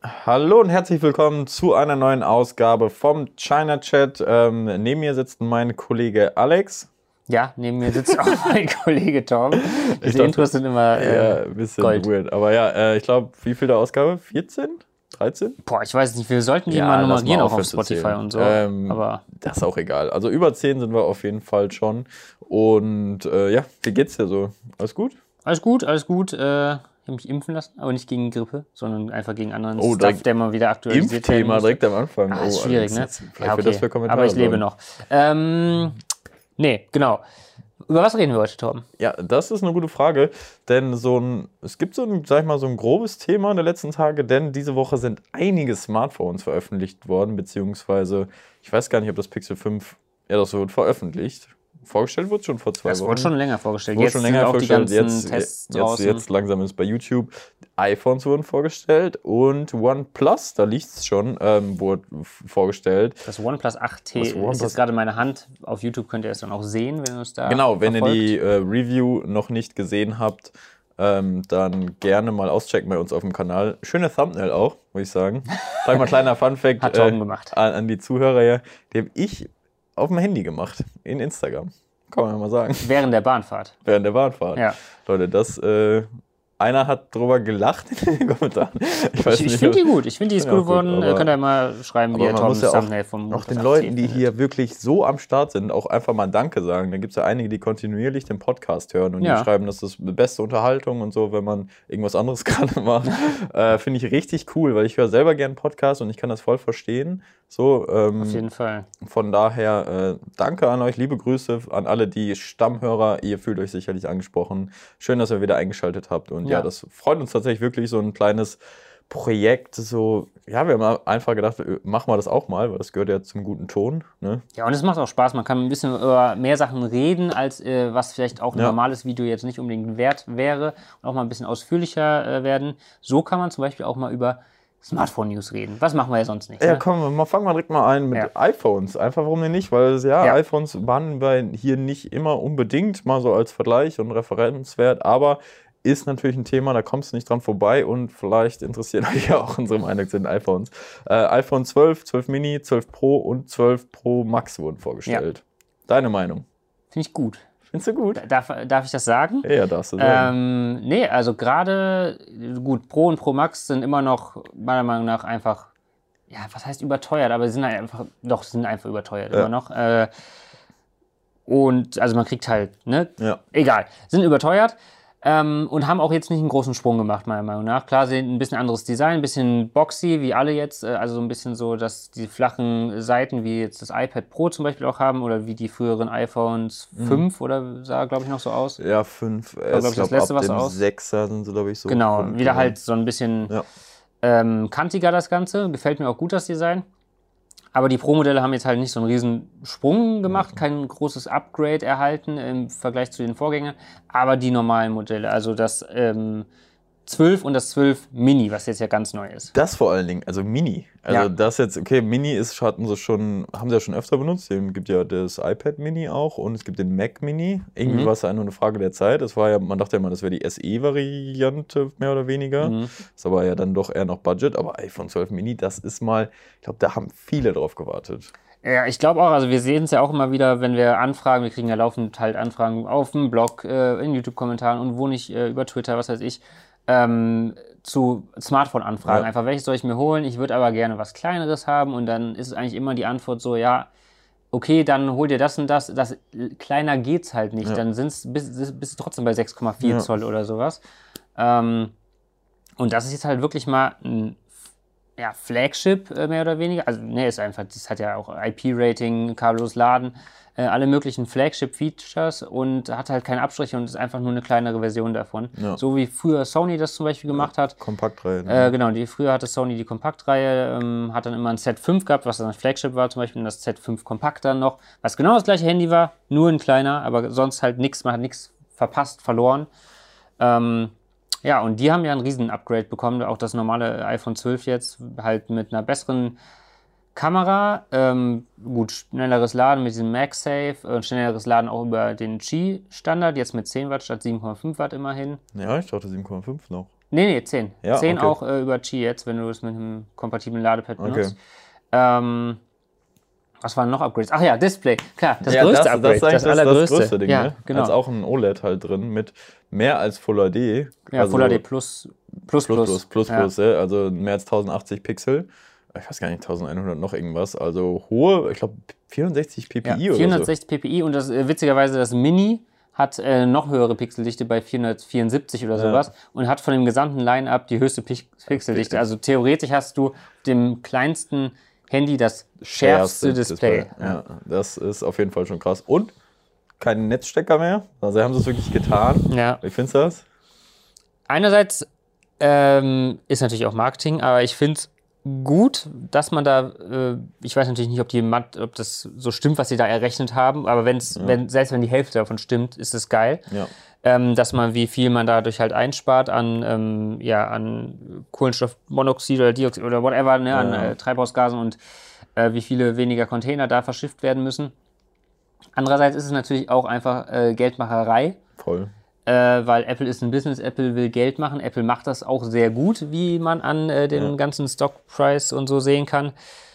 Hallo und herzlich willkommen zu einer neuen Ausgabe vom China Chat. Neben mir sitzt mein Kollege Alex. Ja, neben mir sitzt auch mein Kollege Tom. Diese Intros sind immer ein bisschen Gold. weird. Aber ja, ich glaube, wie viel der Ausgabe? 14? 13? Boah, ich weiß nicht, wir sollten die Ja, mal lass nummerieren, mal auch auf aufhören zu Spotify zählen. und so. Aber Das ist auch egal. Also über 10 sind wir auf jeden Fall schon. Und ja, wie geht's dir so? Alles gut? alles gut, alles gut. Ich habe mich impfen lassen, aber nicht gegen Grippe, sondern einfach gegen anderen Oh, Stuff, der mal wieder aktualisiert werden Impfthema muss. direkt am Anfang. Ah, ist schwierig, ne? Vielleicht wird das für Kommentare aber ich lebe sorgen. noch. Nee, genau. Über was reden wir heute, Torben? Ja, das ist eine gute Frage, denn es gibt sag ich mal, so ein grobes Thema der letzten Tage, denn diese Woche sind einige Smartphones veröffentlicht worden, beziehungsweise, ich weiß gar nicht, ob das Pixel 5, ja, das wird veröffentlicht. Vorgestellt wurde schon vor 2 Wochen. Das wurde schon länger vorgestellt. Jetzt sind auch die ganzen Tests draußen. Jetzt langsam ist es bei YouTube. iPhones wurden vorgestellt und OnePlus, da liegt es schon, wurde vorgestellt. Das OnePlus 8T ist jetzt gerade meine Hand. Auf YouTube könnt ihr es dann auch sehen, wenn ihr es da Genau, wenn verfolgt. ihr die Review noch nicht gesehen habt, dann gerne mal auschecken bei uns auf dem Kanal. Schöne Thumbnail auch, muss ich sagen. Sag mal, kleiner Funfact Hat Torben gemacht. An die Zuhörer hier. Die habe ich auf dem Handy gemacht, in Instagram. Kann man ja mal sagen. Während der Bahnfahrt. Während der Bahnfahrt. Ja. Leute, einer hat drüber gelacht in den Kommentaren. Ich finde die gut. Ich finde, die ist gut geworden. Könnt ihr mal schreiben, wie ihr Toms Thumbnail vom auch den Leuten, die hier wirklich so am Start sind, auch einfach mal Danke sagen. Da gibt es ja einige, die kontinuierlich den Podcast hören und die schreiben, das ist die beste Unterhaltung und so, wenn man irgendwas anderes gerade macht. Finde ich richtig cool, weil ich höre selber gerne Podcasts und ich kann das voll verstehen. So, auf jeden Fall. Von daher, danke an euch, liebe Grüße an alle die Stammhörer. Ihr fühlt euch sicherlich angesprochen. Schön, dass ihr wieder eingeschaltet habt. Und ja, das freut uns tatsächlich wirklich, so ein kleines Projekt. So, ja, wir haben einfach gedacht, machen wir das auch mal, weil das gehört ja zum guten Ton. Ne? Ja, und es macht auch Spaß. Man kann ein bisschen über mehr Sachen reden, als was vielleicht auch ein normales Video jetzt nicht unbedingt wert wäre. Und auch mal ein bisschen ausführlicher werden. So kann man zum Beispiel auch mal über Smartphone-News reden. Was machen wir ja sonst nicht? Ja, ne? komm, fangen wir direkt mal ein mit iPhones. Einfach, warum denn nicht? Weil iPhones waren wir hier nicht immer unbedingt mal so als Vergleich und Referenzwert, aber ist natürlich ein Thema, da kommst du nicht dran vorbei und vielleicht interessiert euch ja auch unsere Meinung zu den iPhones. iPhone 12, 12 Mini, 12 Pro und 12 Pro Max wurden vorgestellt. Deine Meinung? Finde ich gut. Findest du gut? Darf ich das sagen? Ja, darfst du sagen. Nee, also gerade, gut, Pro und Pro Max sind immer noch, meiner Meinung nach, einfach, ja, was heißt überteuert, aber sie sind halt einfach, doch, sind einfach überteuert immer noch. Und, also man kriegt halt, ne? Ja. Egal, sind überteuert. Und haben auch jetzt nicht einen großen Sprung gemacht, meiner Meinung nach. Klar, sind ein bisschen anderes Design, ein bisschen boxy, wie alle jetzt. Also so ein bisschen so, dass die flachen Seiten, wie jetzt das iPad Pro zum Beispiel auch haben, oder wie die früheren iPhones 5 oder sah, glaube ich, noch so aus. Ja, 5. Ich glaube, das ab dem 6er sind sie, glaube ich, so. Genau, wieder halt so ein bisschen kantiger das Ganze. Gefällt mir auch gut, das Design. Aber die Pro-Modelle haben jetzt halt nicht so einen riesen Sprung gemacht, kein großes Upgrade erhalten im Vergleich zu den Vorgängern. Aber die normalen Modelle, also das 12 und das 12 Mini, was jetzt ja ganz neu ist. Das vor allen Dingen, also Mini. Also das jetzt, okay, Mini haben sie ja schon öfter benutzt. Es gibt ja das iPad Mini auch und es gibt den Mac Mini. Irgendwie war es ja nur eine Frage der Zeit. Das war ja, man dachte ja immer, das wäre die SE-Variante mehr oder weniger. Ist aber ja dann doch eher noch Budget. Aber iPhone 12 Mini, das ist mal, ich glaube, da haben viele drauf gewartet. Ja, ich glaube auch, also wir sehen es ja auch immer wieder, wenn wir Anfragen, wir kriegen ja laufend halt Anfragen auf dem Blog, in YouTube-Kommentaren und wo nicht, über Twitter, was weiß ich, zu Smartphone-Anfragen. Einfach, welches soll ich mir holen? Ich würde aber gerne was Kleineres haben und dann ist es eigentlich immer die Antwort so, ja, okay, dann hol dir das und das. Das kleiner geht's halt nicht. Dann bist du trotzdem bei 6,4 Zoll oder sowas. Und das ist jetzt halt wirklich mal ein Flagship mehr oder weniger. Also, ne, ist einfach, das hat ja auch IP-Rating, kabellos Laden, alle möglichen Flagship-Features und hat halt keine Abstriche und ist einfach nur eine kleinere Version davon. Ja. So wie früher Sony das zum Beispiel gemacht hat. Kompaktreihe. Ne? Genau, früher hatte Sony die Kompaktreihe, hat dann immer ein Z5 gehabt, was dann ein Flagship war, zum Beispiel das Z5 Kompakt dann noch, was genau das gleiche Handy war, nur ein kleiner, aber sonst halt nichts, man hat nichts verpasst, verloren. Ja, und die haben ja ein Riesen-Upgrade bekommen, auch das normale iPhone 12 jetzt, halt mit einer besseren Kamera, gut, schnelleres Laden mit diesem MagSafe, schnelleres Laden auch über den Qi-Standard, jetzt mit 10 Watt statt 7,5 Watt immerhin. Ja, ich dachte 7,5 noch. Nee, 10. Ja, 10 okay. auch über Qi jetzt, wenn du es mit einem kompatiblen Ladepad benutzt. Was waren noch Upgrades? Ach ja, Display. Klar, das größte Upgrade. Das ist eigentlich das größte Ding, ja, ne? Genau. Als auch ein OLED halt drin mit mehr als Full HD. Ja, also Full HD plus. Ja. Also mehr als 1080 Pixel. Ich weiß gar nicht, 1100 noch irgendwas. Also hohe, ich glaube 64 PPI oder so. 460 PPI und das witzigerweise das Mini hat noch höhere Pixeldichte bei 474 oder sowas und hat von dem gesamten Line-Up die höchste Pixeldichte. Also theoretisch hast du auf dem kleinsten Handy das schärfste Display. Ja, das ist auf jeden Fall schon krass. Und kein Netzstecker mehr. Also haben sie es wirklich getan. Ja. Wie findest du das? Einerseits ist natürlich auch Marketing, aber ich finde es gut, dass man da, ich weiß natürlich nicht, ob das so stimmt, was sie da errechnet haben, aber selbst wenn die Hälfte davon stimmt, ist es geil. Ja. Dass man, wie viel man dadurch halt einspart an Kohlenstoffmonoxid oder Dioxid oder whatever, ne, an Treibhausgasen und wie viele weniger Container da verschifft werden müssen. Andererseits ist es natürlich auch einfach Geldmacherei. Voll. Weil Apple ist ein Business, Apple will Geld machen. Apple macht das auch sehr gut, wie man an dem ganzen Stockpreis und so sehen kann.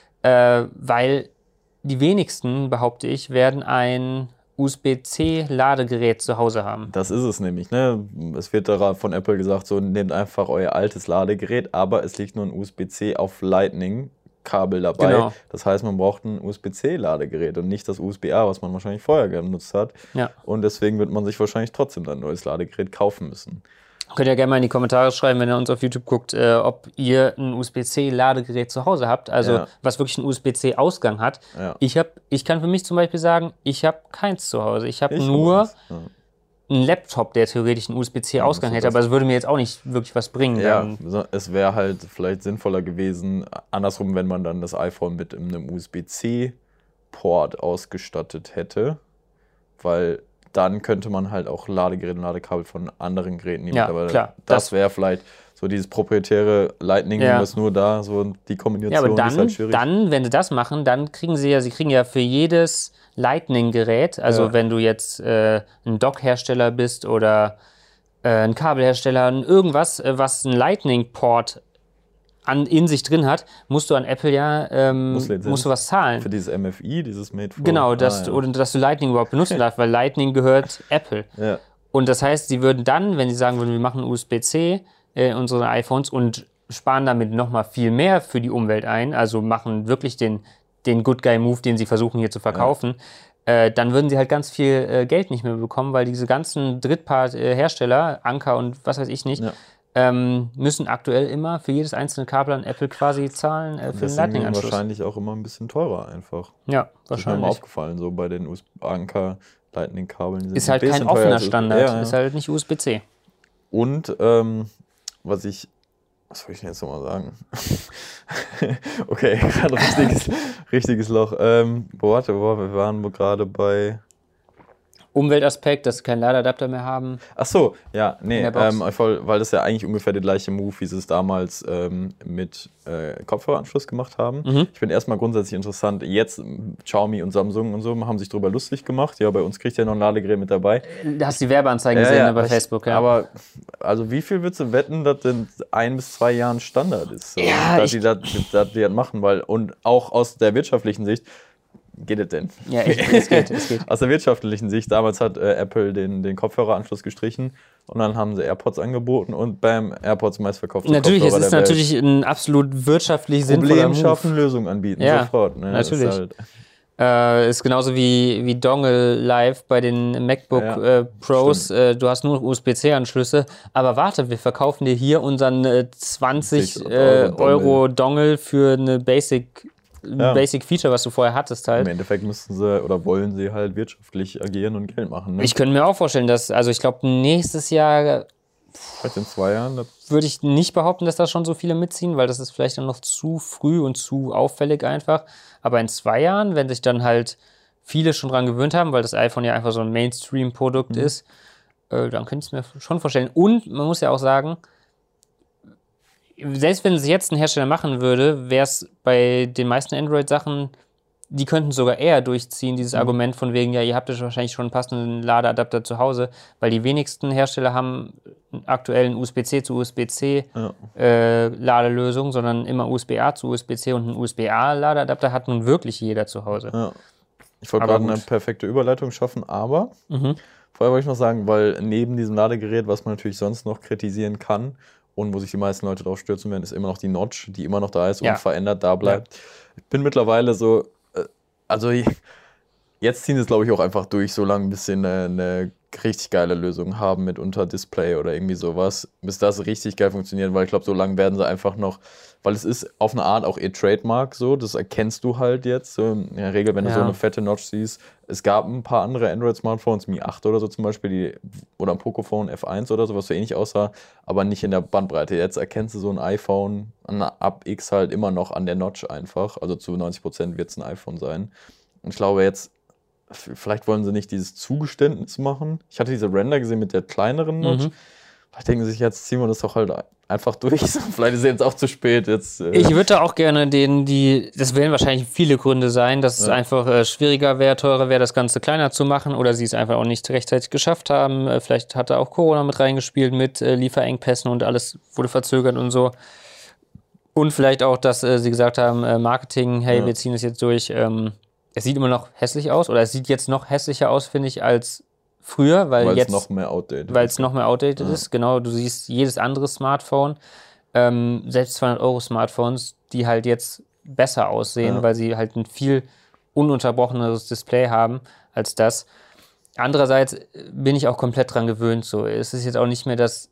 Weil die wenigsten, behaupte ich, werden ein USB-C-Ladegerät zu Hause haben. Das ist es nämlich, ne? Es wird da von Apple gesagt, so nehmt einfach euer altes Ladegerät, aber es liegt nur ein USB-C auf Lightning-Kabel dabei. Genau. Das heißt, man braucht ein USB-C-Ladegerät und nicht das USB-A, was man wahrscheinlich vorher genutzt hat. Ja. Und deswegen wird man sich wahrscheinlich trotzdem dann ein neues Ladegerät kaufen müssen. Könnt ihr gerne mal in die Kommentare schreiben, wenn ihr uns auf YouTube guckt, ob ihr ein USB-C-Ladegerät zu Hause habt, also was wirklich einen USB-C-Ausgang hat. Ja. Ich kann für mich zum Beispiel sagen, ich habe keins zu Hause. Ich habe nur einen Laptop, der theoretisch einen USB-C-Ausgang hätte, aber es würde mir jetzt auch nicht wirklich was bringen. Ja, es wäre halt vielleicht sinnvoller gewesen, andersrum, wenn man dann das iPhone mit einem USB-C-Port ausgestattet hätte, weil dann könnte man halt auch Ladegeräte und Ladekabel von anderen Geräten nehmen. Ja, aber klar. Das wäre vielleicht so dieses proprietäre Lightning, das nur da, so die Kombination aber dann, ist halt schwierig. Dann, wenn sie das machen, dann kriegen sie ja für jedes Lightning-Gerät, also wenn du jetzt ein Dock-Hersteller bist oder ein Kabelhersteller, irgendwas, was einen Lightning-Port in sich drin hat, musst du an Apple musst du was zahlen. Für dieses MFI, dieses Made for... Genau, dass du Lightning überhaupt benutzen darfst, weil Lightning gehört Apple. Ja. Und das heißt, sie würden dann, wenn sie sagen würden, wir machen USB-C unsere iPhones und sparen damit nochmal viel mehr für die Umwelt ein, also machen wirklich den Good Guy Move, den sie versuchen hier zu verkaufen, dann würden sie halt ganz viel Geld nicht mehr bekommen, weil diese ganzen Drittpart-Hersteller, Anker und was weiß ich nicht, müssen aktuell immer für jedes einzelne Kabel an Apple quasi zahlen für den Lightning-Anschluss. Wahrscheinlich auch immer ein bisschen teurer einfach. Ja, wahrscheinlich. Das ist mir mal aufgefallen, so bei den Anker Lightning-Kabeln. Ist halt kein offener Standard, ist halt nicht USB-C. Und was soll ich denn jetzt nochmal sagen? Okay, gerade richtiges Loch. Wir waren gerade bei... Umweltaspekt, dass sie keinen Ladeadapter mehr haben. Ach so, ja, nee, weil das ja eigentlich ungefähr der gleiche Move, wie sie es damals mit Kopfhöreranschluss gemacht haben. Ich finde erstmal grundsätzlich interessant, jetzt Xiaomi und Samsung und so haben sich drüber lustig gemacht. Ja, bei uns kriegt ja noch ein Ladegerät mit dabei. Du hast die Werbeanzeigen gesehen bei Facebook, ja. Aber also wie viel würdest du wetten, dass in 1 bis 2 Jahren Standard ist? So, dass die das machen, und auch aus der wirtschaftlichen Sicht, geht es denn? Ja, es geht. Aus der wirtschaftlichen Sicht, damals hat Apple den Kopfhöreranschluss gestrichen und dann haben sie AirPods angeboten und beim AirPods meistverkaufte Kopfhörer der Welt. Es ist natürlich ein absolut wirtschaftlich sinnvoller Move. Schaffen, Lösungen anbieten, sofort. Ne? Natürlich. Ist genauso wie Dongle Live bei den MacBook Pros. Du hast nur USB-C-Anschlüsse, aber warte, wir verkaufen dir hier unseren 20 Euro Dongle für eine Basic Feature, was du vorher hattest halt. Im Endeffekt müssen sie oder wollen sie halt wirtschaftlich agieren und Geld machen. Ne? Ich könnte mir auch vorstellen, ich glaube nächstes Jahr, vielleicht in 2 Jahren, würde ich nicht behaupten, dass da schon so viele mitziehen, weil das ist vielleicht dann noch zu früh und zu auffällig einfach. Aber in 2 Jahren, wenn sich dann halt viele schon dran gewöhnt haben, weil das iPhone ja einfach so ein Mainstream-Produkt ist, dann könnte ich es mir schon vorstellen. Und man muss ja auch sagen, selbst wenn es jetzt ein Hersteller machen würde, wäre es bei den meisten Android-Sachen die könnten sogar eher durchziehen, dieses Argument von wegen, ja, ihr habt ja wahrscheinlich schon einen passenden Ladeadapter zu Hause, weil die wenigsten Hersteller haben aktuell eine USB-C zu USB-C Ladelösung, sondern immer USB-A zu USB-C, und einen USB-A Ladeadapter hat nun wirklich jeder zu Hause. Ja. Ich wollte gerade eine perfekte Überleitung schaffen, aber vorher wollte ich noch sagen, weil neben diesem Ladegerät, was man natürlich sonst noch kritisieren kann und wo sich die meisten Leute drauf stürzen werden, ist immer noch die Notch, die immer noch da ist und verändert da bleibt. Ja. Ich bin mittlerweile so, jetzt ziehen sie es, glaube ich, auch einfach durch, so lange, bis sie eine richtig geile Lösung haben mit Unter-Display oder irgendwie sowas, bis das richtig geil funktioniert, weil ich glaube, so lange werden sie einfach noch, weil es ist auf eine Art auch ihr Trademark so, das erkennst du halt jetzt, so in der Regel, wenn du so eine fette Notch siehst. Es gab ein paar andere Android-Smartphones, Mi 8 oder so zum Beispiel, oder ein Pocophone F1 oder so, was so ähnlich aussah, aber nicht in der Bandbreite. Jetzt erkennst du so ein iPhone ab X halt immer noch an der Notch einfach, also zu 90% wird es ein iPhone sein. Und ich glaube jetzt, vielleicht wollen sie nicht dieses Zugeständnis machen. Ich hatte diese Render gesehen mit der kleineren Notch. Vielleicht denken sie sich, jetzt ziehen wir das doch halt einfach durch. Vielleicht ist es jetzt auch zu spät. Jetzt, Ich würde da auch gerne das werden wahrscheinlich viele Gründe sein, dass es einfach schwieriger wäre, teurer wäre, das Ganze kleiner zu machen, oder sie es einfach auch nicht rechtzeitig geschafft haben. Vielleicht hat da auch Corona mit reingespielt mit Lieferengpässen und alles wurde verzögert und so. Und vielleicht auch, dass sie gesagt haben, Marketing, hey, wir ziehen es jetzt durch. Es sieht immer noch hässlich aus, oder es sieht jetzt noch hässlicher aus, finde ich, als früher, weil es noch mehr outdated ist. Genau, du siehst jedes andere Smartphone, selbst 200 € Smartphones, die halt jetzt besser aussehen, weil sie halt ein viel ununterbrocheneres Display haben als das. Andererseits bin ich auch komplett dran gewöhnt. So, es ist jetzt auch nicht mehr es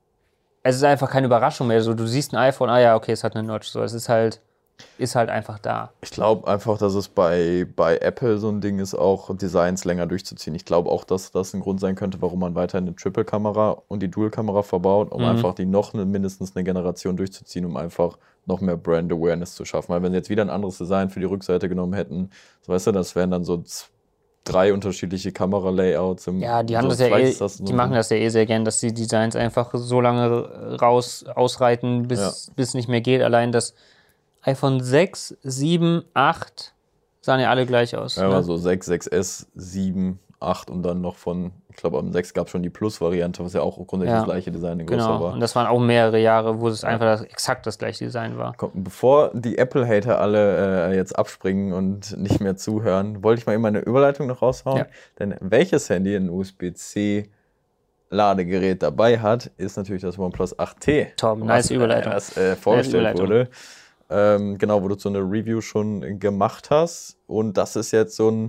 ist einfach keine Überraschung mehr. So, du siehst ein iPhone, okay, es hat eine Notch. So, es ist halt einfach da. Ich glaube einfach, dass es bei Apple so ein Ding ist, auch Designs länger durchzuziehen. Ich glaube auch, dass das ein Grund sein könnte, warum man weiterhin eine Triple-Kamera und die Dual-Kamera verbaut, um einfach die mindestens eine Generation durchzuziehen, um einfach noch mehr Brand-Awareness zu schaffen. Weil wenn sie jetzt wieder ein anderes Design für die Rückseite genommen hätten, so, weißt du, das wären dann so 3 unterschiedliche Kamera-Layouts. Ja, die haben die machen das ja sehr gern, dass die Designs einfach so lange ausreiten, bis nicht mehr geht. Allein das iPhone 6, 7, 8 sahen ja alle gleich aus. Ja, also 6, 6S, 7, 8 und dann noch ich glaube, am 6 gab es schon die Plus-Variante, was ja auch grundsätzlich das gleiche Design in größer war. Und das waren auch mehrere Jahre, wo es einfach exakt das gleiche Design war. Bevor die Apple-Hater alle jetzt abspringen und nicht mehr zuhören, wollte ich mal eben eine Überleitung noch raushauen. Ja. Denn welches Handy ein USB-C Ladegerät dabei hat, ist natürlich das OnePlus 8T. Tom, nice Überleitung. Was vorgestellt wurde. Genau, wo du so eine Review schon gemacht hast. Und das ist jetzt so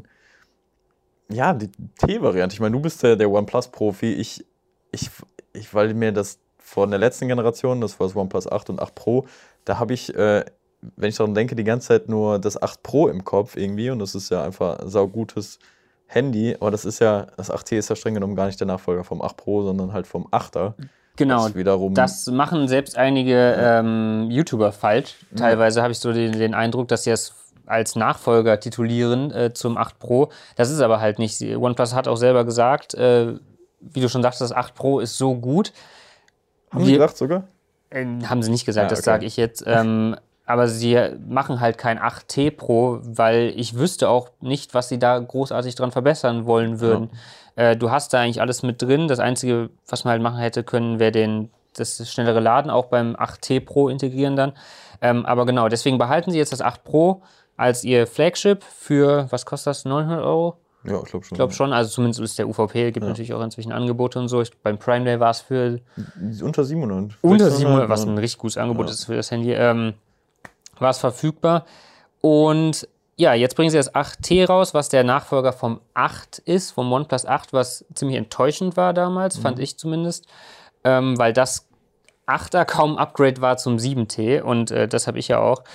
die T-Variante. Ich meine, du bist der OnePlus-Profi. Ich, weil mir das von der letzten Generation, das war das OnePlus 8 und 8 Pro, da habe ich, wenn ich daran denke, die ganze Zeit nur das 8 Pro im Kopf irgendwie. Und das ist ja einfach ein saugutes Handy. Aber das 8T ist ja streng genommen gar nicht der Nachfolger vom 8 Pro, sondern halt vom 8er. Genau, das machen selbst einige YouTuber falsch. Teilweise habe ich so den Eindruck, dass sie es als Nachfolger titulieren zum 8 Pro. Das ist aber halt nicht. OnePlus hat auch selber gesagt, wie du schon sagst, das 8 Pro ist so gut. Haben sie gesagt sogar? Haben sie nicht gesagt, das sage ich jetzt. Aber sie machen halt kein 8T Pro, weil ich wüsste auch nicht, was sie da großartig dran verbessern wollen würden. Ja. Du hast da eigentlich alles mit drin. Das Einzige, was man halt machen hätte können, wäre das schnellere Laden auch beim 8T Pro integrieren dann. Aber genau, deswegen behalten sie jetzt das 8 Pro als ihr Flagship für, was kostet das, 900 €? Ja, ich glaube schon. Ich glaube schon, also zumindest ist der UVP, gibt natürlich auch inzwischen Angebote und so. Beim Prime Day war es für... Unter 700. Unter 700, was ein richtig gutes Angebot ist für das Handy. War es verfügbar. Und ja, jetzt bringen sie das 8T raus, was der Nachfolger vom 8 ist, vom OnePlus 8, was ziemlich enttäuschend war damals, fand ich zumindest, weil das 8er kaum Upgrade war zum 7T und das habe ich ja auch.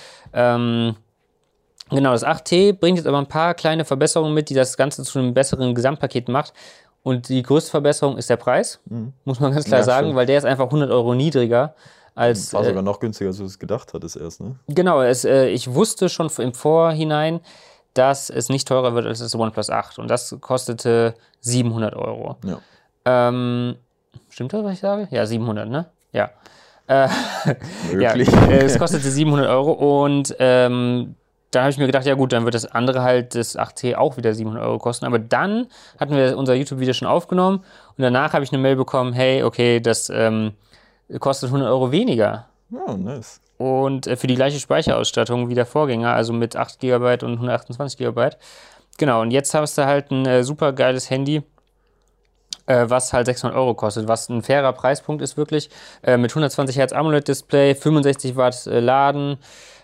Genau, das 8T bringt jetzt aber ein paar kleine Verbesserungen mit, die das Ganze zu einem besseren Gesamtpaket macht. Und die größte Verbesserung ist der Preis, muss man ganz klar sagen, stimmt. Weil der ist einfach 100 € niedriger. Als, war sogar noch günstiger, als du es gedacht hattest erst, ne? Genau, ich wusste schon im Vorhinein, dass es nicht teurer wird als das OnePlus 8. Und das kostete 700 €. Ja. Stimmt das, was ich sage? Ja, 700, ne? Ja. Möglich. Ja, es kostete 700 € und da habe ich mir gedacht, ja gut, dann wird das andere halt, das 8T, auch wieder 700 Euro kosten. Aber dann hatten wir unser YouTube-Video schon aufgenommen und danach habe ich eine Mail bekommen, hey, okay, das kostet 100 Euro weniger. Oh, nice. Und für die gleiche Speicherausstattung wie der Vorgänger, also mit 8 GB und 128 GB. Genau, und jetzt hast du halt ein super geiles Handy, was halt 600 Euro kostet, was ein fairer Preispunkt ist wirklich, mit 120 Hertz AMOLED-Display, 65 Watt Laden,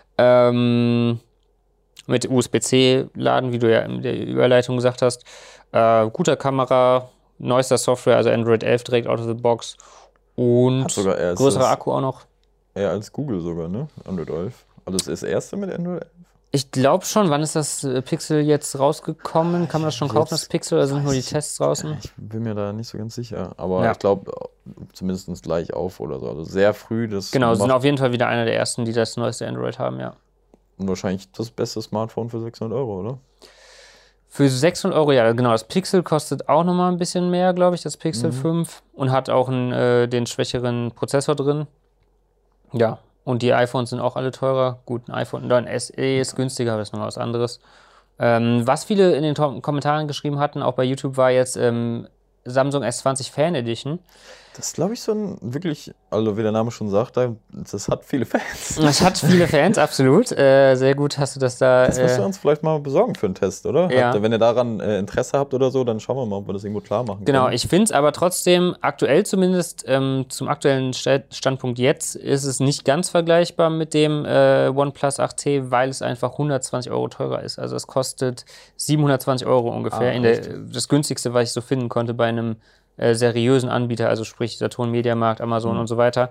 mit USB-C-Laden, wie du ja in der Überleitung gesagt hast, guter Kamera, neuester Software, also Android 11 direkt out of the box und größerer Akku auch noch. Eher als Google sogar, ne? Android 11. Also das ist das erste mit Android 11? Ich glaube schon. Wann ist das Pixel jetzt rausgekommen? Kann man das schon kaufen, das Pixel, oder sind nur die Tests draußen? Ich bin mir da nicht so ganz sicher. Aber ich glaube, zumindest gleich auf oder so. Also sehr früh. Genau, sind auf jeden Fall wieder einer der ersten, die das neueste Android haben, ja. Und wahrscheinlich das beste Smartphone für 600 Euro, oder? Für 600 Euro, ja, genau. Das Pixel kostet auch nochmal ein bisschen mehr, glaube ich, das Pixel 5. Und hat auch den schwächeren Prozessor drin. Ja, und die iPhones sind auch alle teurer. Gut, ein iPhone 9 SE ist günstiger, aber das ist nochmal was anderes. Was viele in den Kommentaren geschrieben hatten, auch bei YouTube, war jetzt Samsung S20 Fan Edition. Das ist, glaube ich, so ein wirklich, also wie der Name schon sagt, das hat viele Fans. Es hat viele Fans, absolut. Sehr gut hast du das da. Das müssen wir uns vielleicht mal besorgen für einen Test, oder? Ja. Wenn ihr daran Interesse habt oder so, dann schauen wir mal, ob wir das irgendwo klar machen können. Genau, ich finde es aber trotzdem, aktuell zumindest, zum aktuellen Standpunkt jetzt, ist es nicht ganz vergleichbar mit dem OnePlus 8T, weil es einfach 120 Euro teurer ist. Also es kostet 720 Euro ungefähr. Das günstigste, was ich so finden konnte bei einem seriösen Anbieter, also sprich Saturn, Mediamarkt, Amazon und so weiter.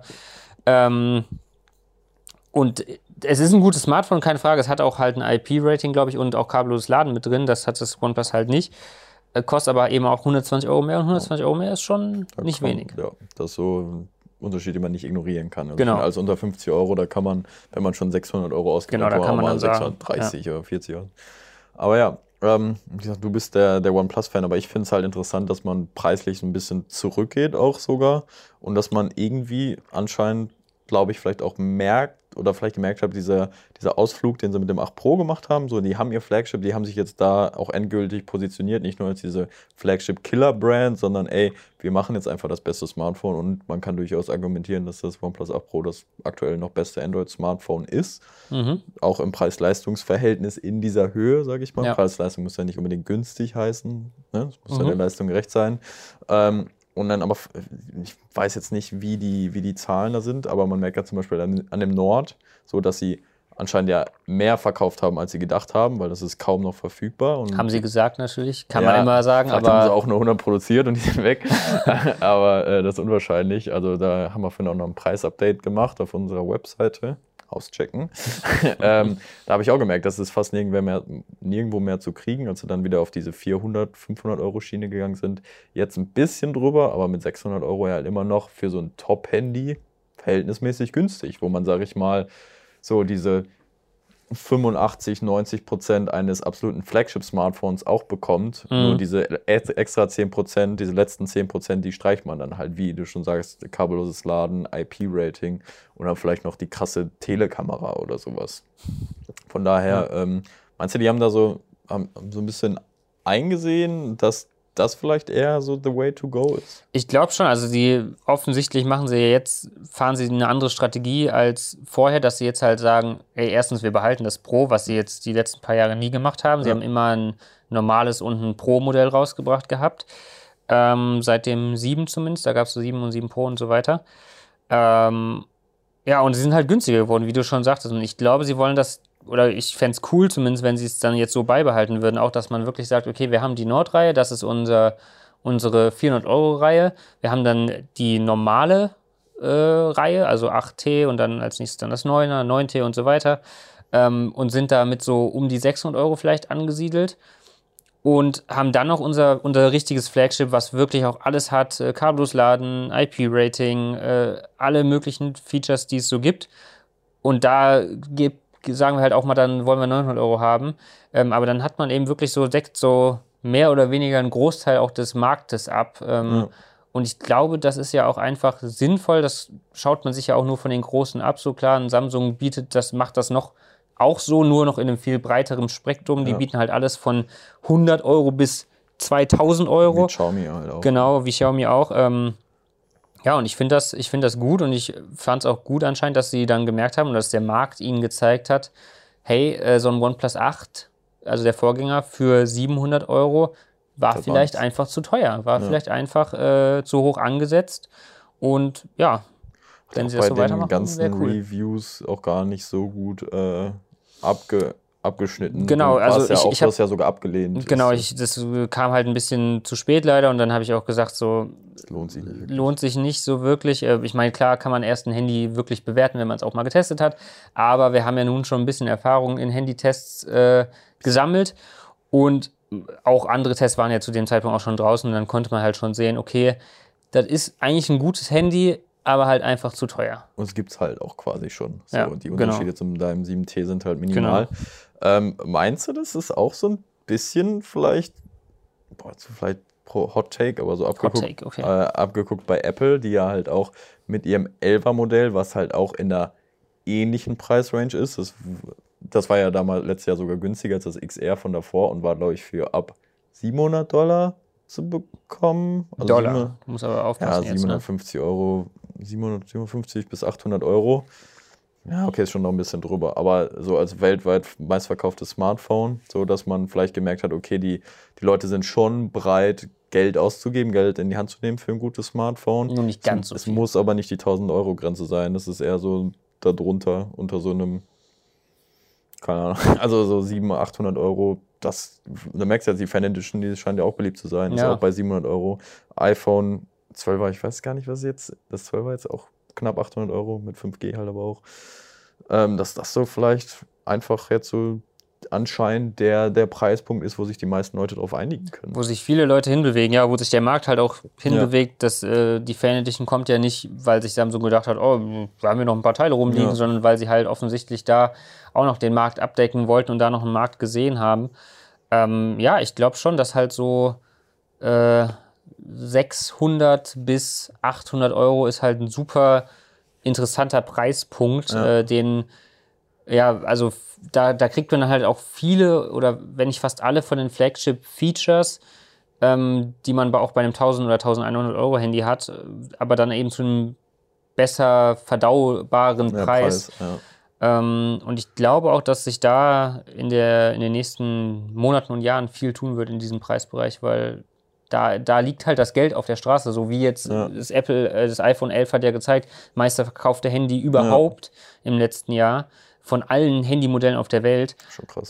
Und es ist ein gutes Smartphone, keine Frage. Es hat auch halt ein IP-Rating, glaube ich, und auch kabelloses Laden mit drin. Das hat das OnePlus halt nicht. Kostet aber eben auch 120 Euro mehr. Und 120 Euro mehr ist schon nicht wenig. Ja, das ist so ein Unterschied, den man nicht ignorieren kann. Also genau. Als unter 50 Euro, da kann man, wenn man schon 600 Euro ausgibt, genau, da kann man mal dann 630 oder 40 Euro. Aber ja, wie gesagt, du bist der OnePlus-Fan, aber ich finde es halt interessant, dass man preislich so ein bisschen zurückgeht auch sogar und dass man irgendwie anscheinend, glaube ich, vielleicht auch merkt oder vielleicht gemerkt hat, dieser Ausflug, den sie mit dem 8 Pro gemacht haben, so, die haben ihr Flagship, die haben sich jetzt da auch endgültig positioniert, nicht nur als diese Flagship-Killer-Brand, sondern wir machen jetzt einfach das beste Smartphone und man kann durchaus argumentieren, dass das OnePlus 8 Pro das aktuell noch beste Android-Smartphone ist. Auch im Preis-Leistungs-Verhältnis in dieser Höhe, sage ich mal. Ja. Preis-Leistung muss ja nicht unbedingt günstig heißen, ne? Es muss ja der Leistung gerecht sein. Und dann aber, ich weiß jetzt nicht, wie die Zahlen da sind, aber man merkt ja zum Beispiel an dem Nord, so dass sie anscheinend ja mehr verkauft haben, als sie gedacht haben, weil das ist kaum noch verfügbar. Und haben sie gesagt natürlich, kann man immer sagen. Aber haben sie auch nur 100 produziert und die sind weg. Aber das ist unwahrscheinlich. Also da haben wir vorhin auch noch ein Preisupdate gemacht auf unserer Webseite. Auschecken. Da habe ich auch gemerkt, dass es fast nirgendwo mehr zu kriegen, als sie dann wieder auf diese 400, 500 Euro Schiene gegangen sind. Jetzt ein bisschen drüber, aber mit 600 Euro ja halt immer noch für so ein Top-Handy verhältnismäßig günstig, wo man, sage ich mal, so diese 85-90% eines absoluten Flagship-Smartphones auch bekommt. Nur diese extra 10%, diese letzten 10%, die streicht man dann halt, wie du schon sagst, kabelloses Laden, IP-Rating und dann vielleicht noch die krasse Telekamera oder sowas. Von daher, meinst du, die haben da so ein bisschen eingesehen, dass das vielleicht eher so the way to go ist? Ich glaube schon, also offensichtlich fahren sie eine andere Strategie als vorher, dass sie jetzt halt sagen, erstens, wir behalten das Pro, was sie jetzt die letzten paar Jahre nie gemacht haben. Sie haben immer ein normales und ein Pro-Modell rausgebracht gehabt, seit dem 7 zumindest, da gab es so 7 und 7 Pro und so weiter. Ja, und sie sind halt günstiger geworden, wie du schon sagtest, und ich glaube, sie wollen das, oder ich fände es cool, zumindest wenn sie es dann jetzt so beibehalten würden, auch, dass man wirklich sagt, okay, wir haben die Nord-Reihe, das ist unsere 400-Euro-Reihe. Wir haben dann die normale Reihe, also 8T und dann als nächstes dann das 9er, 9T und so weiter, und sind damit so um die 600 Euro vielleicht angesiedelt und haben dann noch unser richtiges Flagship, was wirklich auch alles hat, kabellos laden, IP-Rating, alle möglichen Features, die es so gibt. Und da sagen wir halt auch mal, dann wollen wir 900 Euro haben. Aber dann hat man eben wirklich deckt so mehr oder weniger einen Großteil auch des Marktes ab. Und ich glaube, das ist ja auch einfach sinnvoll. Das schaut man sich ja auch nur von den Großen ab. So klar, ein Samsung macht das noch auch so, nur noch in einem viel breiteren Spektrum. Die bieten halt alles von 100 Euro bis 2000 Euro. Wie Xiaomi halt auch. Genau, wie Xiaomi auch. Ja, und ich finde das gut und ich fand es auch gut anscheinend, dass sie dann gemerkt haben und dass der Markt ihnen gezeigt hat, hey, so ein OnePlus 8, also der Vorgänger, für 700 Euro war das vielleicht einfach zu teuer, vielleicht einfach zu hoch angesetzt und ja, wenn sie das so weitermachen, bei den ganzen Reviews auch gar nicht so gut abgeschnitten. Genau, also du hast ja sogar abgelehnt. Genau, das kam halt ein bisschen zu spät leider und dann habe ich auch gesagt, so das lohnt sich nicht so wirklich. Ich meine, klar kann man erst ein Handy wirklich bewerten, wenn man es auch mal getestet hat, aber wir haben ja nun schon ein bisschen Erfahrung in Handytests gesammelt und auch andere Tests waren ja zu dem Zeitpunkt auch schon draußen und dann konnte man halt schon sehen, okay, das ist eigentlich ein gutes Handy, aber halt einfach zu teuer. Und es gibt es halt auch quasi schon. So, ja, die Unterschiede zu deinem 7T sind halt minimal. Meinst du, das ist auch so ein bisschen vielleicht pro Hot Take, aber so abgeguckt bei Apple, die ja halt auch mit ihrem 11er Modell, was halt auch in der ähnlichen Preisrange ist, das war ja damals letztes Jahr sogar günstiger als das XR von davor und war, glaube ich, für ab $700 zu bekommen. Also Dollar, muss aber aufpassen. Ja, 750 Euro, 750 bis 800 Euro. Ja, okay, ist schon noch ein bisschen drüber. Aber so als weltweit meistverkauftes Smartphone, so dass man vielleicht gemerkt hat, okay, die Leute sind schon bereit, Geld auszugeben, Geld in die Hand zu nehmen für ein gutes Smartphone. Nur nicht ganz so viel. Es muss aber nicht die 1000-Euro-Grenze sein. Das ist eher so darunter, unter so einem, keine Ahnung, also so 700, 800 Euro. Da merkst du ja, die Fan Edition, die scheint ja auch beliebt zu sein. Ja. Ist auch bei 700 Euro. iPhone 12er, ich weiß gar nicht, was jetzt, das 12er jetzt auch knapp 800 Euro mit 5G halt aber auch. Dass das so vielleicht einfach jetzt so anscheinend der Preispunkt ist, wo sich die meisten Leute drauf einigen können. Wo sich viele Leute hinbewegen, ja, wo sich der Markt halt auch hinbewegt. Dass, die Fan Edition kommt ja nicht, weil sich Samsung gedacht hat, oh, da haben wir noch ein paar Teile rumliegen, sondern weil sie halt offensichtlich da auch noch den Markt abdecken wollten und da noch einen Markt gesehen haben. Ja, ich glaube schon, dass halt so 600 bis 800 Euro ist halt ein super interessanter Preispunkt, also da kriegt man halt auch viele oder wenn nicht fast alle von den Flagship-Features, die man auch bei einem 1000 oder 1100 Euro Handy hat, aber dann eben zu einem besser verdaubaren Preis. Und ich glaube auch, dass sich da in den nächsten Monaten und Jahren viel tun wird in diesem Preisbereich, weil da liegt halt das Geld auf der Straße, so wie jetzt das iPhone 11 hat ja gezeigt, meistverkaufte Handy überhaupt im letzten Jahr von allen Handymodellen auf der Welt. Schon krass.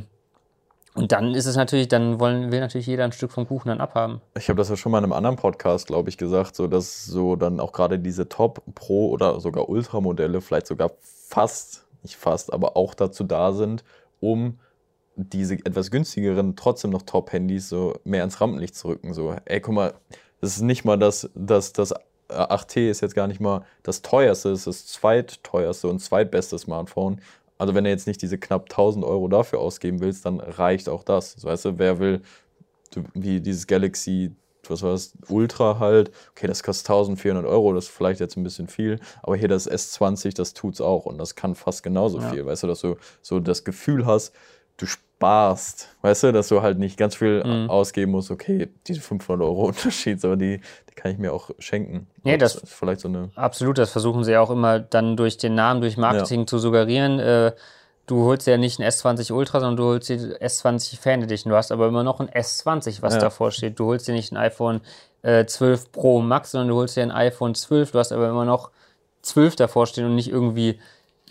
Und dann ist es natürlich, will natürlich jeder ein Stück vom Kuchen dann abhaben. Ich habe das ja schon mal in einem anderen Podcast, glaube ich, gesagt, so dass so dann auch gerade diese Top, Pro oder sogar Ultra-Modelle vielleicht sogar nicht fast, aber auch dazu da sind, um diese etwas günstigeren, trotzdem noch Top-Handys so mehr ins Rampenlicht zu rücken. So, ey, guck mal, das ist nicht mal das 8T ist jetzt gar nicht mal das teuerste, es ist das zweitteuerste und zweitbeste Smartphone. Also wenn du jetzt nicht diese knapp 1000 Euro dafür ausgeben willst, dann reicht auch das. So, weißt du, wer will, wie dieses Galaxy, was war das, Ultra halt, okay, das kostet 1400 Euro, das ist vielleicht jetzt ein bisschen viel, aber hier das S20, das tut's auch und das kann fast genauso viel, weißt du, dass du so das Gefühl hast, du sparst, weißt du, dass du halt nicht ganz viel ausgeben musst, okay, diese 500 Euro Unterschied, aber die kann ich mir auch schenken. Ja, das ist vielleicht so eine... Absolut, das versuchen sie auch immer dann durch den Namen, durch Marketing zu suggerieren. Du holst ja nicht ein S20 Ultra, sondern du holst die S20 Fan Edition. Du hast aber immer noch ein S20, was davor steht. Du holst dir nicht ein iPhone 12 Pro Max, sondern du holst dir ein iPhone 12. Du hast aber immer noch 12 davor stehen und nicht irgendwie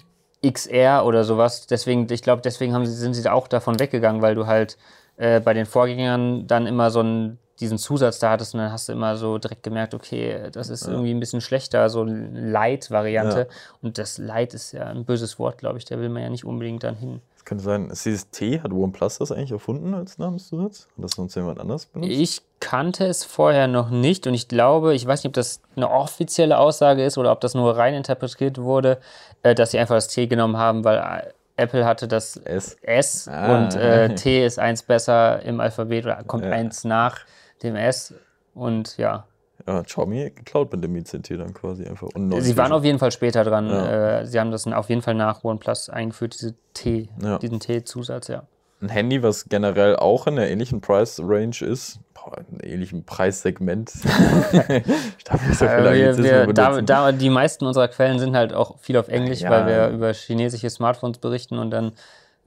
XR oder sowas. Deswegen sind sie da auch davon weggegangen, weil du halt bei den Vorgängern dann immer diesen Zusatz da hattest und dann hast du immer so direkt gemerkt, okay, das ist irgendwie ein bisschen schlechter, so eine Light-Variante. Und das Light ist ja ein böses Wort, glaube ich, da will man ja nicht unbedingt dann hin. Das könnte sein, dieses T, hat OnePlus das eigentlich erfunden als Namenszusatz? Hat das sonst jemand anders benutzt? Ich kannte es vorher noch nicht und ich weiß nicht, ob das eine offizielle Aussage ist oder ob das nur rein interpretiert wurde, dass sie einfach das T genommen haben, weil Apple hatte das S und T ist eins besser im Alphabet oder kommt eins nach dem S und ja. Ja, Xiaomi geklaut mit dem Mi 10T dann quasi einfach. Und Sie waren auf jeden Fall später dran. Ja. Sie haben das auf jeden Fall nach OnePlus eingeführt, diesen T-Zusatz, ja. Ein Handy, was generell auch in der ähnlichen Price-Range ist, in ähnlichen Preissegment. Ich darf nicht so viel die meisten unserer Quellen sind halt auch viel auf Englisch, weil wir über chinesische Smartphones berichten und dann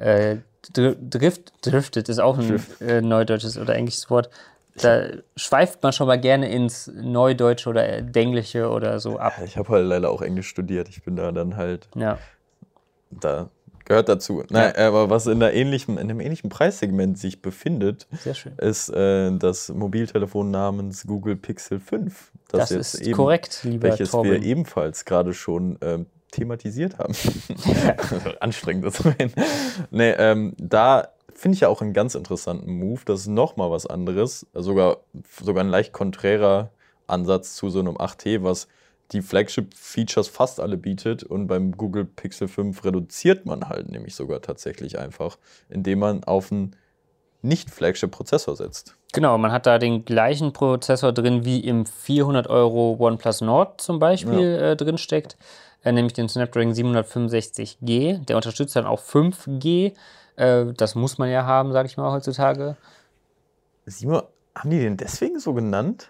driftet ist auch ein neudeutsches oder englisches Wort. Da schweift man schon mal gerne ins Neudeutsche oder Denglische oder so ab. Ich habe halt leider auch Englisch studiert. Ich bin da dann halt... Ja. Da gehört dazu. Nein, aber was in einem ähnlichen Preissegment sich befindet, ist das Mobiltelefon namens Google Pixel 5. Das ist eben, korrekt, lieber welches Torben. Wir ebenfalls gerade schon thematisiert haben. Anstrengend das zu reden. Da finde ich ja auch einen ganz interessanten Move. Das ist nochmal was anderes. Sogar ein leicht konträrer Ansatz zu so einem 8T, was die Flagship-Features fast alle bietet. Und beim Google Pixel 5 reduziert man halt nämlich sogar tatsächlich einfach, indem man auf einen Nicht-Flagship-Prozessor setzt. Genau, man hat da den gleichen Prozessor drin, wie im 400 € OnePlus Nord zum Beispiel drin steckt, nämlich den Snapdragon 765G. Der unterstützt dann auch 5G. Das muss man ja haben, sage ich mal, heutzutage. Haben die den deswegen so genannt?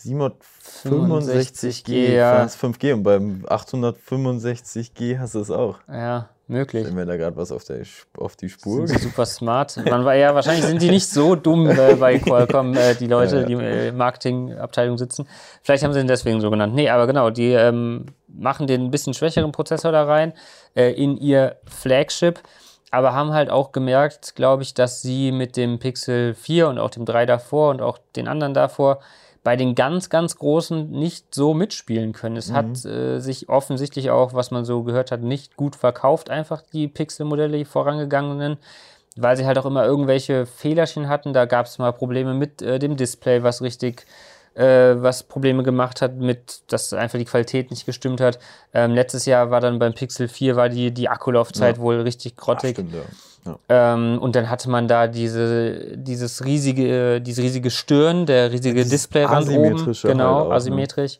765G, ja. 5G und beim 865G hast du es auch. Ja, möglich. Sind wir da gerade was auf die Spur? Sind super smart. Wahrscheinlich sind die nicht so dumm bei Qualcomm, die Leute, die in Marketingabteilung sitzen. Vielleicht haben sie den deswegen so genannt. Nee, aber genau, die machen den ein bisschen schwächeren Prozessor da rein in ihr Flagship. Aber haben halt auch gemerkt, glaube ich, dass sie mit dem Pixel 4 und auch dem 3 davor und auch den anderen davor bei den ganz, ganz Großen nicht so mitspielen können. Es hat sich offensichtlich auch, was man so gehört hat, nicht gut verkauft, einfach die Pixel-Modelle, die vorangegangenen, weil sie halt auch immer irgendwelche Fehlerchen hatten. Da gab es mal Probleme mit dem Display, was Probleme gemacht hat, dass einfach die Qualität nicht gestimmt hat. Letztes Jahr war dann beim Pixel 4 war die Akkulaufzeit wohl richtig grottig. Ach, stimmt, ja. Und dann hatte man da diese riesige Stirn, der riesige Displayrand oben. Genau, halt auch, asymmetrisch.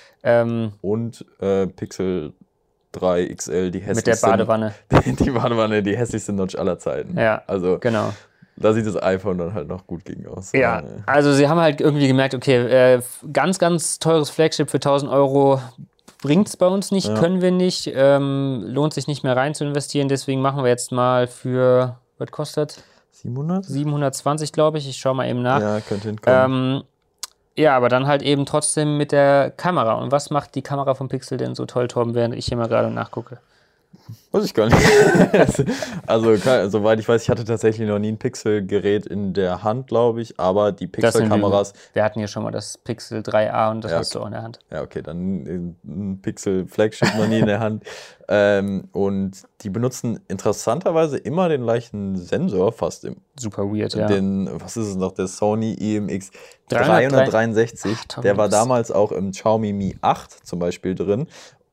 Und Pixel 3 XL, die hässlichste. Mit der Badewanne. Die Badewanne, die hässlichste Notch aller Zeiten. Ja, also genau. Da sieht das iPhone dann halt noch gut gegen aus. Ja, also sie haben halt irgendwie gemerkt, okay, ganz, ganz teures Flagship für 1.000 € bringt es bei uns nicht, können wir nicht, lohnt sich nicht mehr rein zu investieren, deswegen machen wir jetzt mal für, was kostet? 700? 720, glaube ich, schaue mal eben nach. Ja, könnte hinkommen. Ja, aber dann halt eben trotzdem mit der Kamera. Und was macht die Kamera vom Pixel denn so toll, Torben, während ich hier mal gerade nachgucke? Weiß ich gar nicht. Also, soweit ich weiß, ich hatte tatsächlich noch nie ein Pixel-Gerät in der Hand, glaube ich, aber die Pixel-Kameras... Wir hatten ja schon mal das Pixel 3a und das hast du auch in der Hand. Ja, okay, dann ein Pixel-Flagship noch nie in der Hand. Und die benutzen interessanterweise immer den gleichen Sensor, fast im... Super weird, was ist es noch, der Sony IMX 363. Der war damals auch im Xiaomi Mi 8 zum Beispiel drin.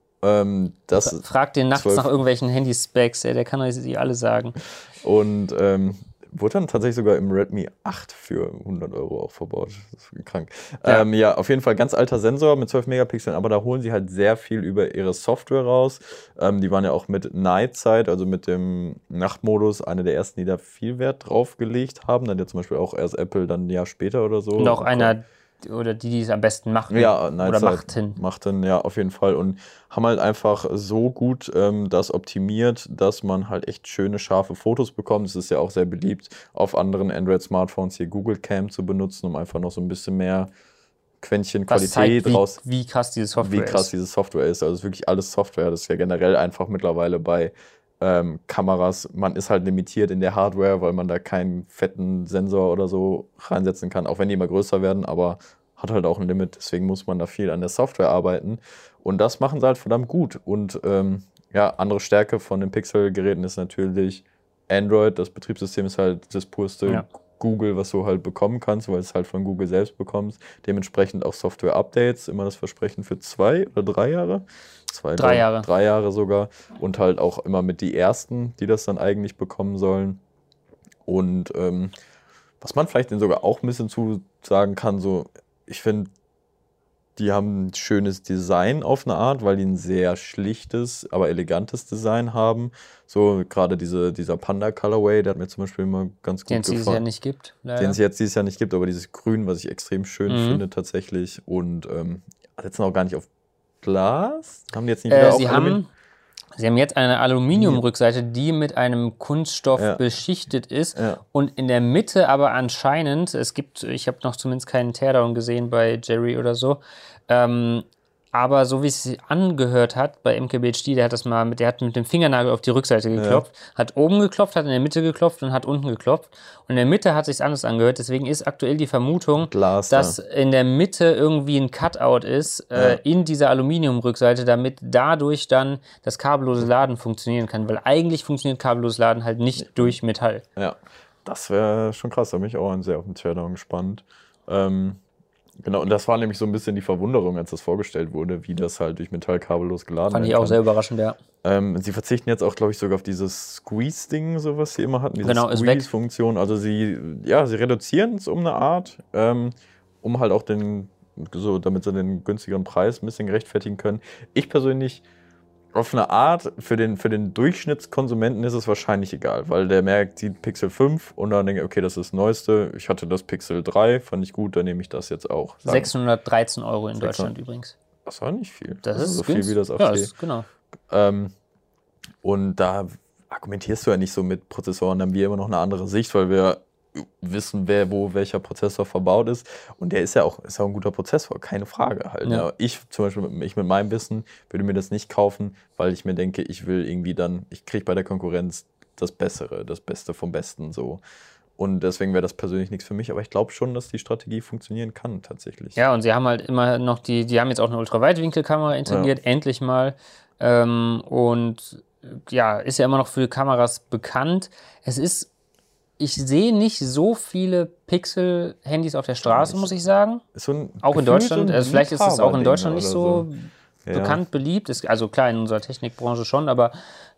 Frag den nachts nach irgendwelchen Handy-Specs, der kann euch die alle sagen. Und wurde dann tatsächlich sogar im Redmi 8 für 100 € auch verbaut. Das ist krank. Ja, auf jeden Fall ganz alter Sensor mit 12 Megapixeln, aber da holen sie halt sehr viel über ihre Software raus. Die waren ja auch mit Night Sight, also mit dem Nachtmodus, eine der ersten, die da viel Wert drauf gelegt haben. Dann ja zum Beispiel auch erst Apple dann ein Jahr später oder so. Und auch einer... Oder die es am besten machen. Ja, machten, ja, auf jeden Fall. Und haben halt einfach so gut das optimiert, dass man halt echt schöne, scharfe Fotos bekommt. Es ist ja auch sehr beliebt, auf anderen Android-Smartphones hier Google Cam zu benutzen, um einfach noch so ein bisschen mehr Quäntchen Qualität raus. Wie krass diese Software ist. Also es ist wirklich alles Software. Das ist ja generell einfach mittlerweile bei Kameras. Man ist halt limitiert in der Hardware, weil man da keinen fetten Sensor oder so reinsetzen kann, auch wenn die immer größer werden, aber hat halt auch ein Limit. Deswegen muss man da viel an der Software arbeiten. Und das machen sie halt verdammt gut. Und andere Stärke von den Pixel-Geräten ist natürlich Android. Das Betriebssystem ist halt das purste Google, was du halt bekommen kannst, weil du es halt von Google selbst bekommst. Dementsprechend auch Software-Updates, immer das Versprechen für 2 oder 3 Jahre. 3 Jahre. 3 Jahre sogar. Und halt auch immer mit die ersten, die das dann eigentlich bekommen sollen. Und was man vielleicht denen sogar auch ein bisschen zu sagen kann, so, ich finde, Die haben ein schönes Design auf eine Art, weil die ein sehr schlichtes, aber elegantes Design haben. So gerade dieser Panda-Colorway, der hat mir zum Beispiel immer ganz gut Den es dieses Jahr gefallen. nicht gibt, leider. Den es jetzt dieses Jahr nicht gibt, aber dieses Grün, was ich extrem schön finde tatsächlich. Und setzen auch gar nicht auf Glas. Haben die jetzt nicht wieder auch Sie haben jetzt eine Aluminiumrückseite, die mit einem Kunststoff beschichtet ist und in der Mitte aber anscheinend, ich habe noch zumindest keinen Teardown gesehen bei Jerry oder so, aber so wie es sich angehört hat bei MKBHD, der hat mit dem Fingernagel auf die Rückseite geklopft, hat oben geklopft, hat in der Mitte geklopft und hat unten geklopft. Und in der Mitte hat es sich anders angehört. Deswegen ist aktuell die Vermutung, dass in der Mitte irgendwie ein Cutout ist in dieser Aluminiumrückseite, damit dadurch dann das kabellose Laden funktionieren kann. Weil eigentlich funktioniert kabelloses Laden halt nicht durch Metall. Ja, das wäre schon krass. Da bin ich auch sehr auf den Teardown gespannt. Genau, und das war nämlich so ein bisschen die Verwunderung, als das vorgestellt wurde, wie das halt durch Metall kabellos geladen Fand ich auch sehr überraschend, ja. Sie verzichten jetzt auch, glaube ich, sogar auf dieses Squeeze-Ding, so was sie immer hatten, diese Squeeze-Funktion. Also sie reduzieren es um eine Art, um halt auch damit sie den günstigeren Preis ein bisschen gerechtfertigen können. Ich persönlich, auf eine Art, für den Durchschnittskonsumenten ist es wahrscheinlich egal, weil der merkt, sieht Pixel 5 und dann denkt, okay, das ist das Neueste. Ich hatte das Pixel 3, fand ich gut, dann nehme ich das jetzt auch. 613 € in Deutschland übrigens. Das war nicht viel. Das ist so viel wie das Ja, das ist, genau. Und da argumentierst du ja nicht so mit Prozessoren, dann haben wir immer noch eine andere Sicht, weil wir wissen, wo welcher Prozessor verbaut ist. Und der ist ja auch ein guter Prozessor, keine Frage halt. Ja. Ich zum Beispiel, mit meinem Wissen würde mir das nicht kaufen, weil ich mir denke, ich will irgendwie ich kriege bei der Konkurrenz das Bessere, das Beste vom Besten so. Und deswegen wäre das persönlich nichts für mich, aber ich glaube schon, dass die Strategie funktionieren kann tatsächlich. Ja, und sie haben halt immer noch die haben jetzt auch eine Ultraweitwinkelkamera integriert, endlich mal. Und ja, ist ja immer noch für Kameras bekannt. Ich sehe nicht so viele Pixel-Handys auf der Straße, muss ich sagen. Auch in Deutschland. Also vielleicht ist es auch in Deutschland nicht so bekannt, beliebt. Also klar, in unserer Technikbranche schon, aber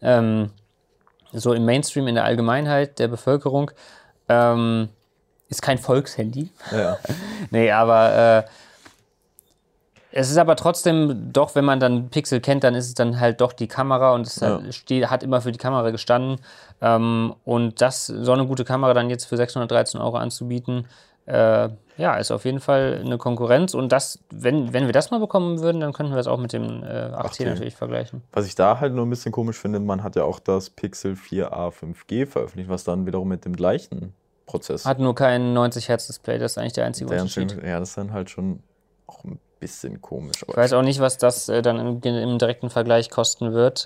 so im Mainstream, in der Allgemeinheit der Bevölkerung, ist kein Volkshandy. Ja. Nee, aber es ist aber trotzdem doch, wenn man dann Pixel kennt, dann ist es dann halt doch die Kamera und es hat immer für die Kamera gestanden. Und so eine gute Kamera dann jetzt für 613 € anzubieten, ist auf jeden Fall eine Konkurrenz. Und wenn wir das mal bekommen würden, dann könnten wir das auch mit dem 8T natürlich vergleichen. Was ich da halt nur ein bisschen komisch finde, man hat ja auch das Pixel 4a 5G veröffentlicht, was dann wiederum mit dem gleichen Prozess hat nur kein 90 Hertz Display, das ist eigentlich der einzige Unterschied. Ja, das ist dann halt schon auch ein bisschen komisch. Ich weiß auch nicht, was das dann im direkten Vergleich kosten wird.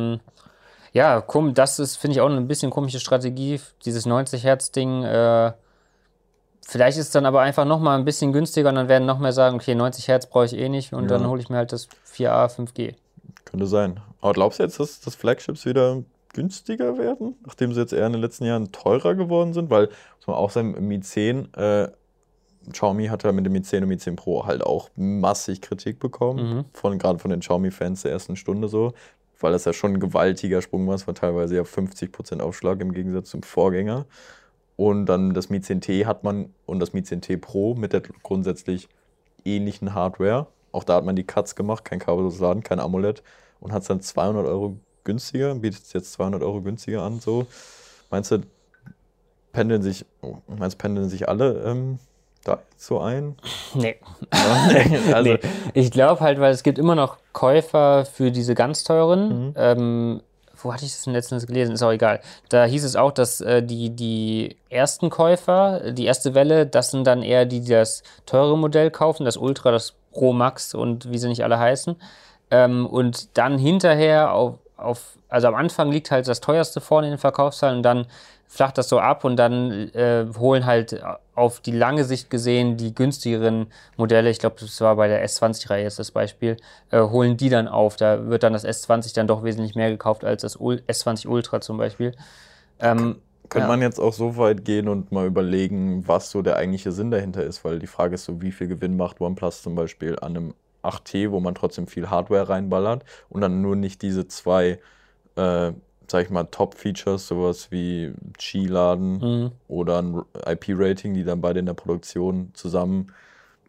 Das finde ich, auch eine bisschen komische Strategie, dieses 90 Hertz Ding. Vielleicht ist es dann aber einfach nochmal ein bisschen günstiger und dann werden noch mehr sagen, okay, 90 Hertz brauche ich eh nicht und dann hole ich mir halt das 4a 5G. Könnte sein. Aber glaubst du jetzt, dass Flagships wieder günstiger werden, nachdem sie jetzt eher in den letzten Jahren teurer geworden sind? Weil, muss man auch sagen, im Mi 10, Xiaomi hat ja mit dem Mi 10 und Mi 10 Pro halt auch massig Kritik bekommen, gerade von den Xiaomi-Fans der ersten Stunde so, weil das ja schon ein gewaltiger Sprung war, es war teilweise ja 50% Aufschlag im Gegensatz zum Vorgänger. Und dann das Mi 10T hat man und das Mi 10T Pro mit der grundsätzlich ähnlichen Hardware. Auch da hat man die Cuts gemacht, kein kabelloses Laden, kein AMOLED und hat es dann 200 € günstiger, bietet es jetzt 200 € günstiger an. So. Meinst du, pendeln sich alle da so ein? Nee. Also, nee. Ich glaube halt, weil es gibt immer noch Käufer für diese ganz teuren. Wo hatte ich das denn letztens gelesen? Ist auch egal. Da hieß es auch, dass die ersten Käufer, die erste Welle, das sind dann eher die das teure Modell kaufen, das Ultra, das Pro Max und wie sie nicht alle heißen. Und dann hinterher also am Anfang liegt halt das teuerste vorne in den Verkaufszahlen und dann flacht das so ab und dann holen halt auf die lange Sicht gesehen die günstigeren Modelle, ich glaube, das war bei der S20-Reihe jetzt das Beispiel, holen die dann auf. Da wird dann das S20 dann doch wesentlich mehr gekauft als das S20 Ultra zum Beispiel. Könnte man jetzt auch so weit gehen und mal überlegen, was so der eigentliche Sinn dahinter ist, weil die Frage ist so, wie viel Gewinn macht OnePlus zum Beispiel an einem 8T, wo man trotzdem viel Hardware reinballert und dann nur nicht diese zwei sag ich mal, Top-Features, sowas wie Qi-Laden oder ein IP-Rating, die dann beide in der Produktion zusammen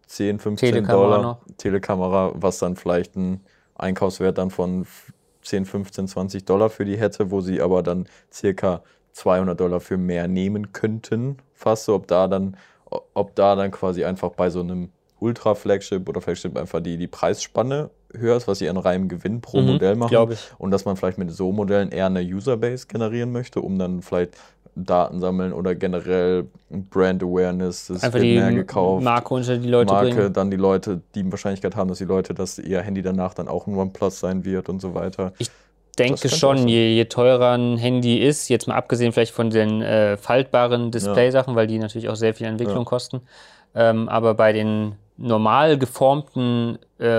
10, 15 Dollar. Telekamera, was dann vielleicht ein Einkaufswert dann von 10, 15, 20 Dollar für die hätte, wo sie aber dann circa 200 Dollar für mehr nehmen könnten. Fast so, ob da dann quasi einfach bei so einem Ultra-Flagship oder Flagship einfach die Preisspanne höher ist, was sie an reinem Gewinn pro Modell machen. Glaube ich. Und dass man vielleicht mit so Modellen eher eine Userbase generieren möchte, um dann vielleicht Daten sammeln oder generell Brand Awareness, das einfach wird die mehr gekauft. Marke unter die Leute bringen. Dann die Leute, die Wahrscheinlichkeit haben, dass ihr Handy danach dann auch ein OnePlus sein wird und so weiter. Ich denke schon, je teurer ein Handy ist, jetzt mal abgesehen vielleicht von den faltbaren Display-Sachen, weil die natürlich auch sehr viel Entwicklung kosten, aber bei den normal geformten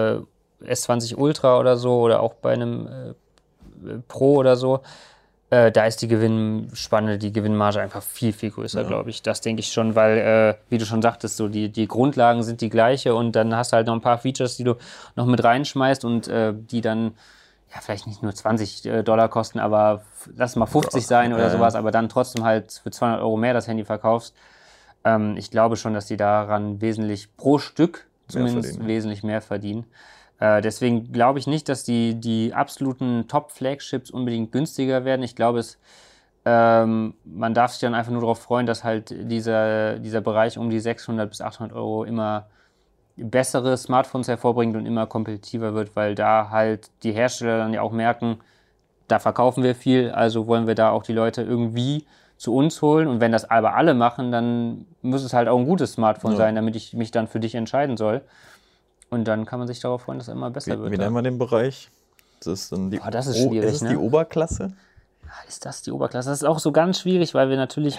S20 Ultra oder so oder auch bei einem Pro oder so, da ist die Gewinnspanne, die Gewinnmarge einfach viel, viel größer, glaube ich. Das denke ich schon, weil, wie du schon sagtest, so die Grundlagen sind die gleiche und dann hast du halt noch ein paar Features, die du noch mit reinschmeißt und die dann ja vielleicht nicht nur 20 Dollar kosten, aber lass mal 50 sein oder sowas, aber dann trotzdem halt für 200 Euro mehr das Handy verkaufst. Ich glaube schon, dass die daran wesentlich pro Stück zumindest wesentlich mehr verdienen. Deswegen glaube ich nicht, dass die absoluten Top-Flagships unbedingt günstiger werden. Ich glaube, man darf sich dann einfach nur darauf freuen, dass halt dieser Bereich um die 600 bis 800 Euro immer bessere Smartphones hervorbringt und immer kompetitiver wird, weil da halt die Hersteller dann ja auch merken, da verkaufen wir viel, also wollen wir da auch die Leute irgendwie zu uns holen. Und wenn das aber alle machen, dann muss es halt auch ein gutes Smartphone sein, damit ich mich dann für dich entscheiden soll. Und dann kann man sich darauf freuen, dass es immer besser wird. Wie nennen wir den Bereich? Das ist schwierig. Ist es die Oberklasse? Ist das die Oberklasse? Das ist auch so ganz schwierig, weil wir natürlich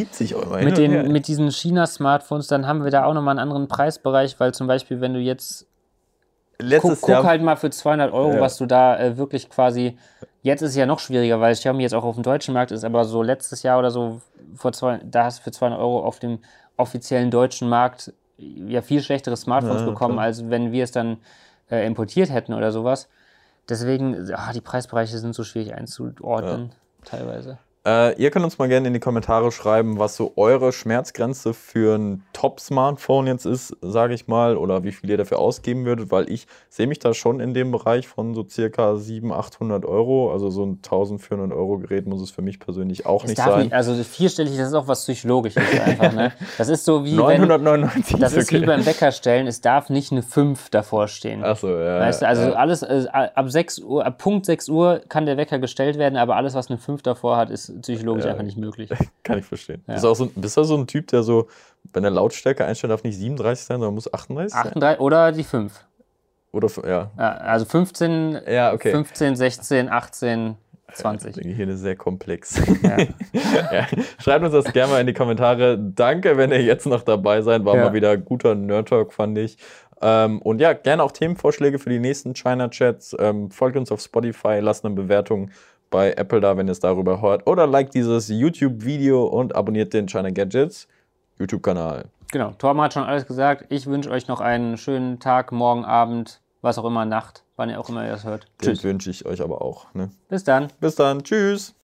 mit diesen China-Smartphones, dann haben wir da auch nochmal einen anderen Preisbereich, weil zum Beispiel, wenn du jetzt guck halt mal für 200 Euro, was du da wirklich quasi, jetzt ist es ja noch schwieriger, weil Xiaomi jetzt auch auf dem deutschen Markt ist, aber so letztes Jahr oder so, da hast du für 200 Euro auf dem offiziellen deutschen Markt ja viel schlechtere Smartphones bekommen, als wenn wir es dann importiert hätten oder sowas. Deswegen, die Preisbereiche sind so schwierig einzuordnen, teilweise. Ihr könnt uns mal gerne in die Kommentare schreiben, was so eure Schmerzgrenze für ein Top-Smartphone jetzt ist, sage ich mal, oder wie viel ihr dafür ausgeben würdet, weil ich sehe mich da schon in dem Bereich von so circa 700, 800 Euro, also so ein 1400 Euro Gerät muss es für mich persönlich auch nicht sein. Also vierstellig, das ist auch was Psychologisches einfach, ne? Das ist so wie 999. Das ist wie beim Bäckerstellen, es darf nicht eine 5 davor stehen. Ach so, ja. Weißt du, also alles, ab 6 Uhr, ab Punkt 6 Uhr kann der Wecker gestellt werden, aber alles, was eine 5 davor hat, ist psychologisch einfach nicht möglich. Kann ich verstehen. Ja. Bist du so ein Typ, der so, wenn er Lautstärke einstellt, darf nicht 37 sein, sondern muss 38 sein? 38 oder die 5. Oder, ja. Also 15, 15, 16, 18, 20. Ich denke, hier ist sehr komplex. Ja. Schreibt uns das gerne mal in die Kommentare. Danke, wenn ihr jetzt noch dabei seid. War mal wieder guter Nerd-Talk, fand ich. Und ja, gerne auch Themenvorschläge für die nächsten China-Chats. Folgt uns auf Spotify, lasst eine Bewertung bei Apple da, wenn ihr es darüber hört. Oder liked dieses YouTube-Video und abonniert den China Gadgets YouTube-Kanal. Genau, Torben hat schon alles gesagt. Ich wünsche euch noch einen schönen Tag, morgen, Abend, was auch immer, Nacht, wann ihr auch immer ihr das hört. Den wünsche ich euch aber auch. Ne? Bis dann. Bis dann. Tschüss.